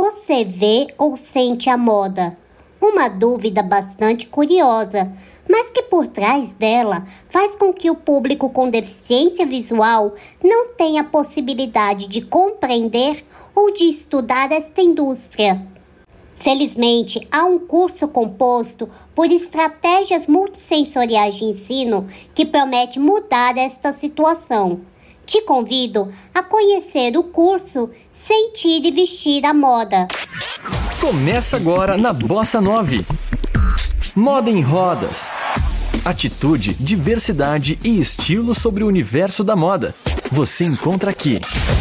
você vê ou sente a moda? Uma dúvida bastante curiosa, mas que por trás dela faz com que o público com deficiência visual não tenha a possibilidade de compreender ou de estudar esta indústria. Felizmente, há um curso composto por estratégias multissensoriais de ensino que promete mudar esta situação. Te convido a conhecer o curso Sentir e Vestir a Moda. Começa agora na Bossa 9. Moda em Rodas. Atitude, diversidade e estilo sobre o universo da moda. Você encontra aqui.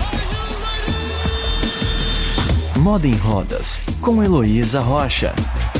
Moda em Rodas, com Heloísa Rocha.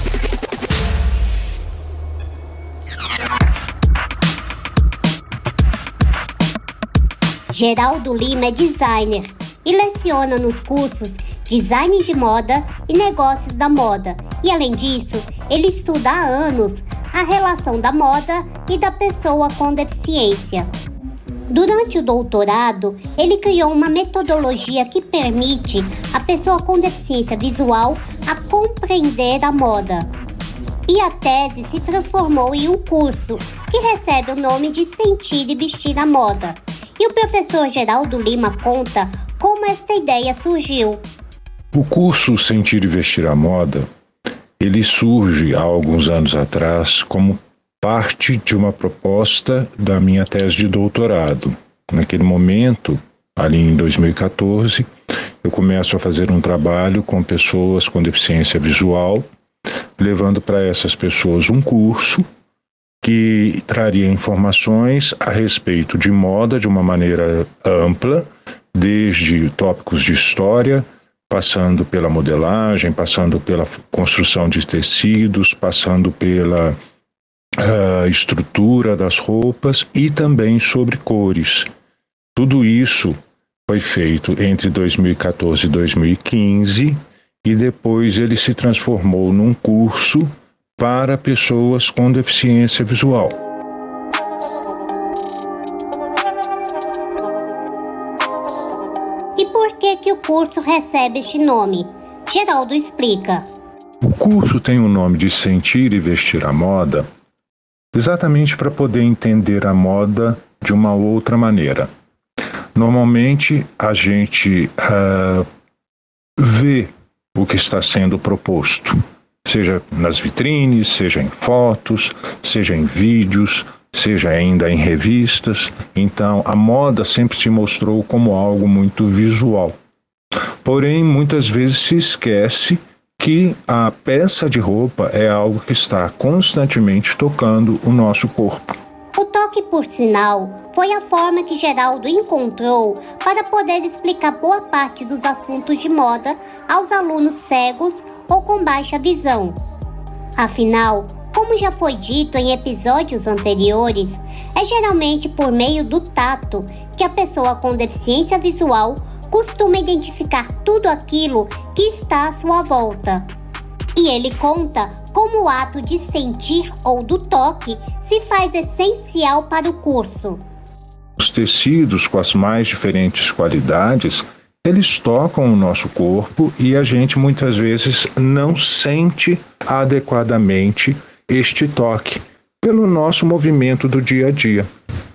Geraldo Lima é designer e leciona nos cursos Design de Moda e Negócios da Moda. E além disso, ele estuda há anos a relação da moda e da pessoa com deficiência. Durante o doutorado, ele criou uma metodologia que permite a pessoa com deficiência visual a compreender a moda. E a tese se transformou em um curso que recebe o nome de Sentir e Vestir a Moda. E o professor Geraldo Lima conta como esta ideia surgiu. O curso Sentir e Vestir a Moda, ele surge há alguns anos atrás como parte de uma proposta da minha tese de doutorado. Naquele momento, ali em 2014, eu começo a fazer um trabalho com pessoas com deficiência visual, levando para essas pessoas um curso que traria informações a respeito de moda de uma maneira ampla, desde tópicos de história, passando pela modelagem, passando pela construção de tecidos, passando pela estrutura das roupas e também sobre cores. Tudo isso foi feito entre 2014 e 2015 e depois ele se transformou num curso para pessoas com deficiência visual. E por que o curso recebe este nome? Geraldo explica. O curso tem o nome de Sentir e Vestir a Moda exatamente para poder entender a moda de uma outra maneira. Normalmente a gente vê o que está sendo proposto, seja nas vitrines, seja em fotos, seja em vídeos, seja ainda em revistas. Então, a moda sempre se mostrou como algo muito visual. Porém, muitas vezes se esquece que a peça de roupa é algo que está constantemente tocando o nosso corpo. O toque, por sinal, foi a forma que Geraldo encontrou para poder explicar boa parte dos assuntos de moda aos alunos cegos ou com baixa visão. Afinal, como já foi dito em episódios anteriores, é geralmente por meio do tato que a pessoa com deficiência visual costuma identificar tudo aquilo que está à sua volta. E ele conta como o ato de sentir ou do toque se faz essencial para o curso. Os tecidos com as mais diferentes qualidades, eles tocam o nosso corpo e a gente muitas vezes não sente adequadamente este toque pelo nosso movimento do dia a dia.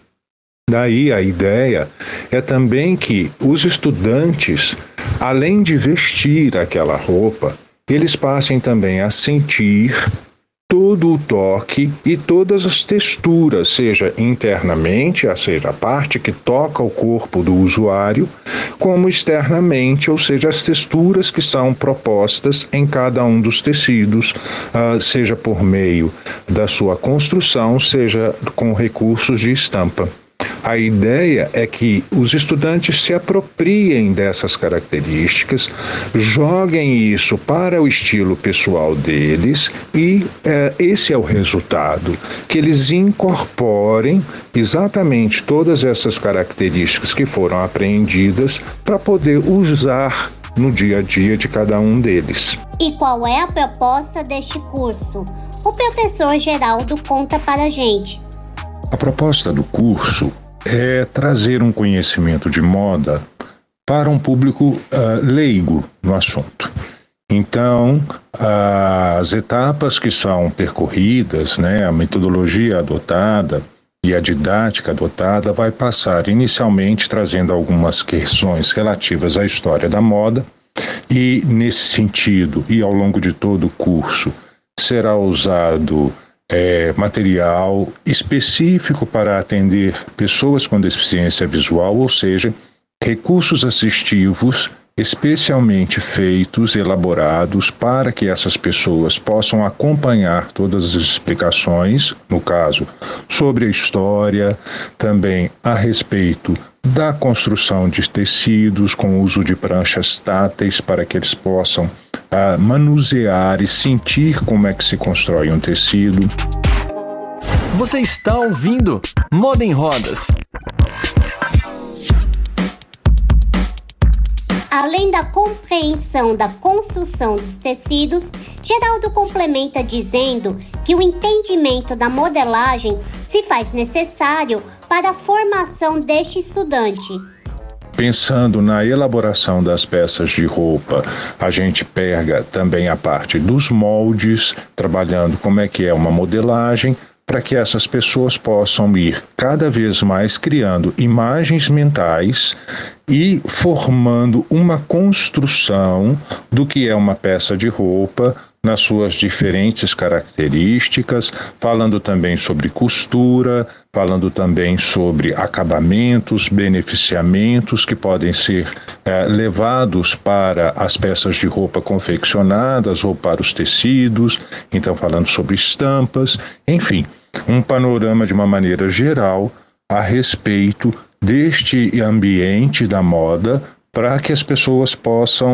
Daí a ideia é também que os estudantes, além de vestir aquela roupa, eles passem também a sentir todo o toque e todas as texturas, seja internamente, ou seja, a parte que toca o corpo do usuário, como externamente, ou seja, as texturas que são propostas em cada um dos tecidos, seja por meio da sua construção, seja com recursos de estampa. A ideia é que os estudantes se apropriem dessas características, joguem isso para o estilo pessoal deles e esse é o resultado, que eles incorporem exatamente todas essas características que foram apreendidas para poder usar no dia a dia de cada um deles. E qual é a proposta deste curso? O professor Geraldo conta para a gente. A proposta do curso é trazer um conhecimento de moda para um público leigo no assunto. Então, as etapas que são percorridas, né, a metodologia adotada e a didática adotada vai passar inicialmente trazendo algumas questões relativas à história da moda e, nesse sentido, e ao longo de todo o curso, será usado material específico para atender pessoas com deficiência visual, ou seja, recursos assistivos especialmente feitos, elaborados para que essas pessoas possam acompanhar todas as explicações, no caso, sobre a história, também a respeito da construção de tecidos com o uso de pranchas táteis para que eles possam manusear e sentir como é que se constrói um tecido. Você está ouvindo Moda em Rodas. Além da compreensão da construção dos tecidos, Geraldo complementa dizendo que o entendimento da modelagem se faz necessário para a formação deste estudante. Pensando na elaboração das peças de roupa, a gente pega também a parte dos moldes, trabalhando como é que é uma modelagem, para que essas pessoas possam ir cada vez mais criando imagens mentais e formando uma construção do que é uma peça de roupa nas suas diferentes características, falando também sobre costura, falando também sobre acabamentos, beneficiamentos que podem ser levados para as peças de roupa confeccionadas ou para os tecidos, então falando sobre estampas, enfim, um panorama de uma maneira geral a respeito deste ambiente da moda para que as pessoas possam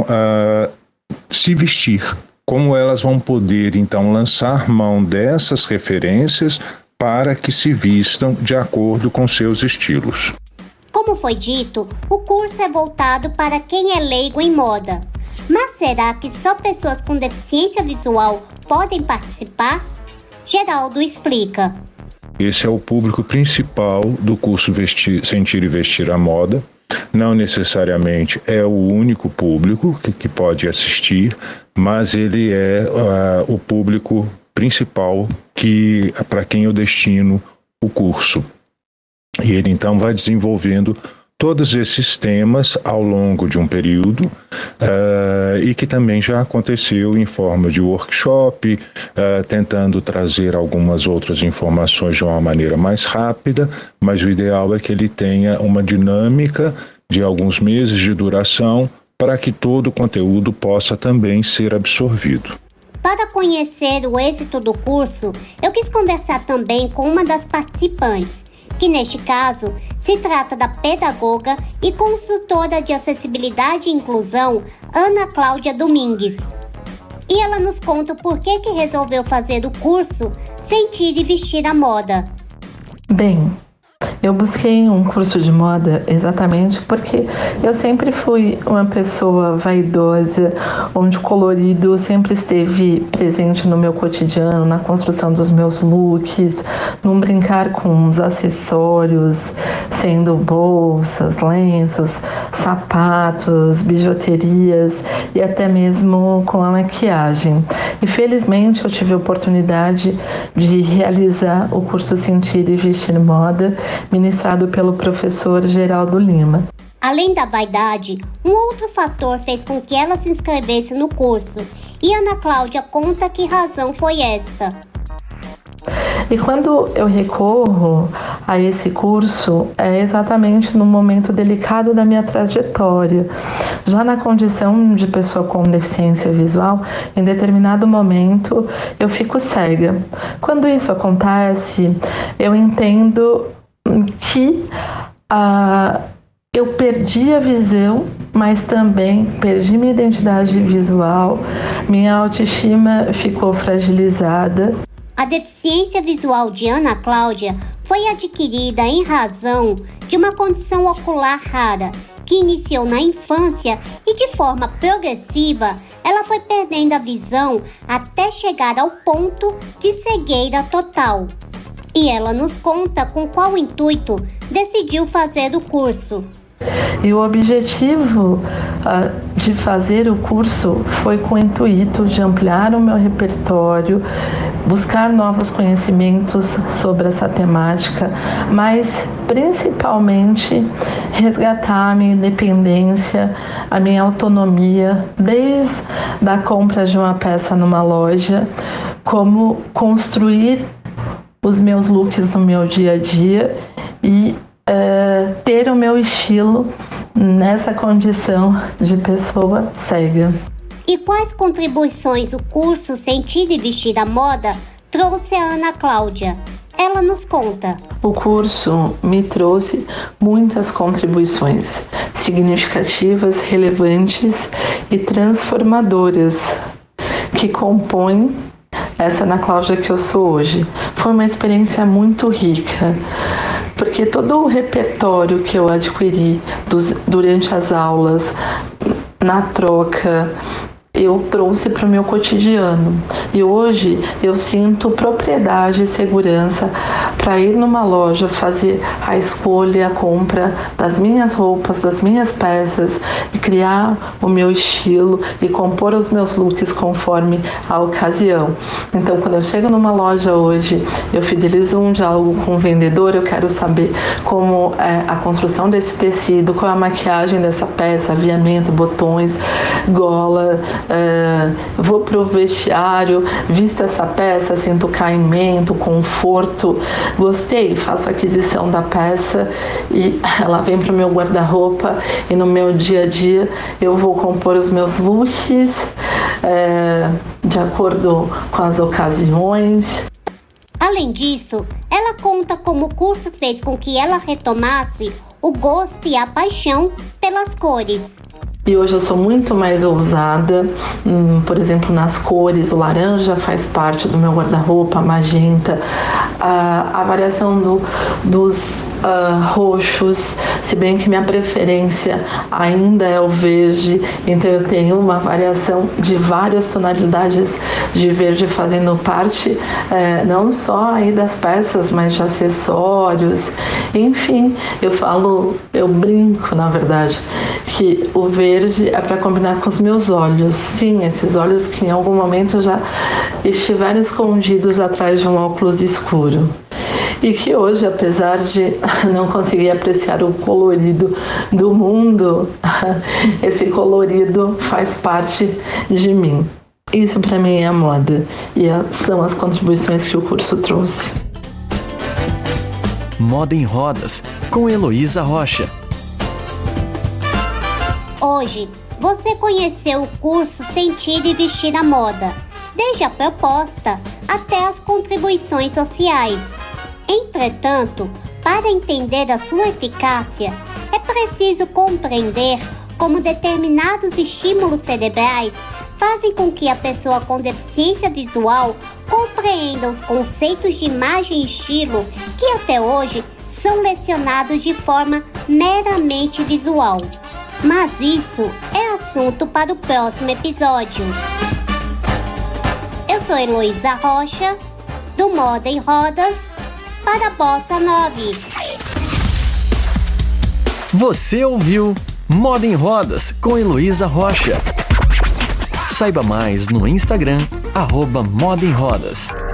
se vestir. Como elas vão poder, então, lançar mão dessas referências para que se vistam de acordo com seus estilos. Como foi dito, o curso é voltado para quem é leigo em moda. Mas será que só pessoas com deficiência visual podem participar? Geraldo explica. Esse é o público principal do curso Sentir e Vestir a Moda. Não necessariamente é o único público que pode assistir, mas ele é o público principal para quem eu destino o curso. E ele então vai desenvolvendo todos esses temas ao longo de um período e que também já aconteceu em forma de workshop, tentando trazer algumas outras informações de uma maneira mais rápida, mas o ideal é que ele tenha uma dinâmica de alguns meses de duração para que todo o conteúdo possa também ser absorvido. Para conhecer o êxito do curso, eu quis conversar também com uma das participantes, que neste caso se trata da pedagoga e consultora de acessibilidade e inclusão, Ana Cláudia Domingues. E ela nos conta o porquê que resolveu fazer o curso Sentir e Vestir a Moda. Bem, eu busquei um curso de moda exatamente porque eu sempre fui uma pessoa vaidosa, onde o colorido sempre esteve presente no meu cotidiano, na construção dos meus looks, num brincar com os acessórios, sendo bolsas, lenços, sapatos, bijuterias e até mesmo com a maquiagem. E felizmente eu tive a oportunidade de realizar o curso Sentir e Vestir Moda, ministrado pelo professor Geraldo Lima. Além da vaidade, um outro fator fez com que ela se inscrevesse no curso, e Ana Cláudia conta que razão foi esta. E quando eu recorro a esse curso, é exatamente no momento delicado da minha trajetória. Já na condição de pessoa com deficiência visual, em determinado momento eu fico cega. Quando isso acontece, eu entendo que eu perdi a visão, mas também perdi minha identidade visual, minha autoestima ficou fragilizada. A deficiência visual de Ana Cláudia foi adquirida em razão de uma condição ocular rara, que iniciou na infância e de forma progressiva ela foi perdendo a visão até chegar ao ponto de cegueira total. E ela nos conta com qual intuito decidiu fazer o curso. E o objetivo de fazer o curso foi com o intuito de ampliar o meu repertório, buscar novos conhecimentos sobre essa temática, mas principalmente resgatar a minha independência, a minha autonomia, desde a compra de uma peça numa loja, como construir os meus looks no meu dia a dia e ter o meu estilo nessa condição de pessoa cega. E quais contribuições o curso Sentir e Vestir a Moda trouxe a Ana Cláudia? Ela nos conta. O curso me trouxe muitas contribuições significativas, relevantes e transformadoras que compõem essa Ana Cláudia que eu sou hoje. Foi uma experiência muito rica, porque todo o repertório que eu adquiri durante as aulas, na troca, eu trouxe para o meu cotidiano. E hoje eu sinto propriedade e segurança para ir numa loja, fazer a escolha, a compra das minhas roupas, das minhas peças, e criar o meu estilo e compor os meus looks conforme a ocasião. Então, quando eu chego numa loja hoje, eu fidelizo um diálogo com o vendedor, eu quero saber como é a construção desse tecido, qual é a maquiagem dessa peça, aviamento, botões, gola. Vou pro vestiário, visto essa peça, sinto caimento, conforto, gostei, faço a aquisição da peça e ela vem pro meu guarda-roupa, e no meu dia a dia eu vou compor os meus looks de acordo com as ocasiões. Além disso, ela conta como o curso fez com que ela retomasse o gosto e a paixão pelas cores. E hoje eu sou muito mais ousada, por exemplo, nas cores. O laranja faz parte do meu guarda-roupa, a magenta, a variação dos roxos, se bem que minha preferência ainda é o verde, então eu tenho uma variação de várias tonalidades de verde fazendo parte não só aí das peças, mas de acessórios, enfim, eu brinco, na verdade, que o verde é para combinar com os meus olhos. Sim, esses olhos que em algum momento já estiveram escondidos atrás de um óculos escuro. E que hoje, apesar de não conseguir apreciar o colorido do mundo, esse colorido faz parte de mim. Isso para mim é a moda e são as contribuições que o curso trouxe. Moda em Rodas, com Heloísa Rocha. Hoje, você conheceu o curso Sentir e Vestir a Moda, desde a proposta até as contribuições sociais. Entretanto, para entender a sua eficácia, é preciso compreender como determinados estímulos cerebrais fazem com que a pessoa com deficiência visual compreenda os conceitos de imagem e estilo que até hoje são lecionados de forma meramente visual. Mas isso é assunto para o próximo episódio. Eu sou Heloísa Rocha, do Moda em Rodas, para a Bossa 9. Você ouviu Moda em Rodas com Heloísa Rocha. Saiba mais no Instagram, @Moda em Rodas.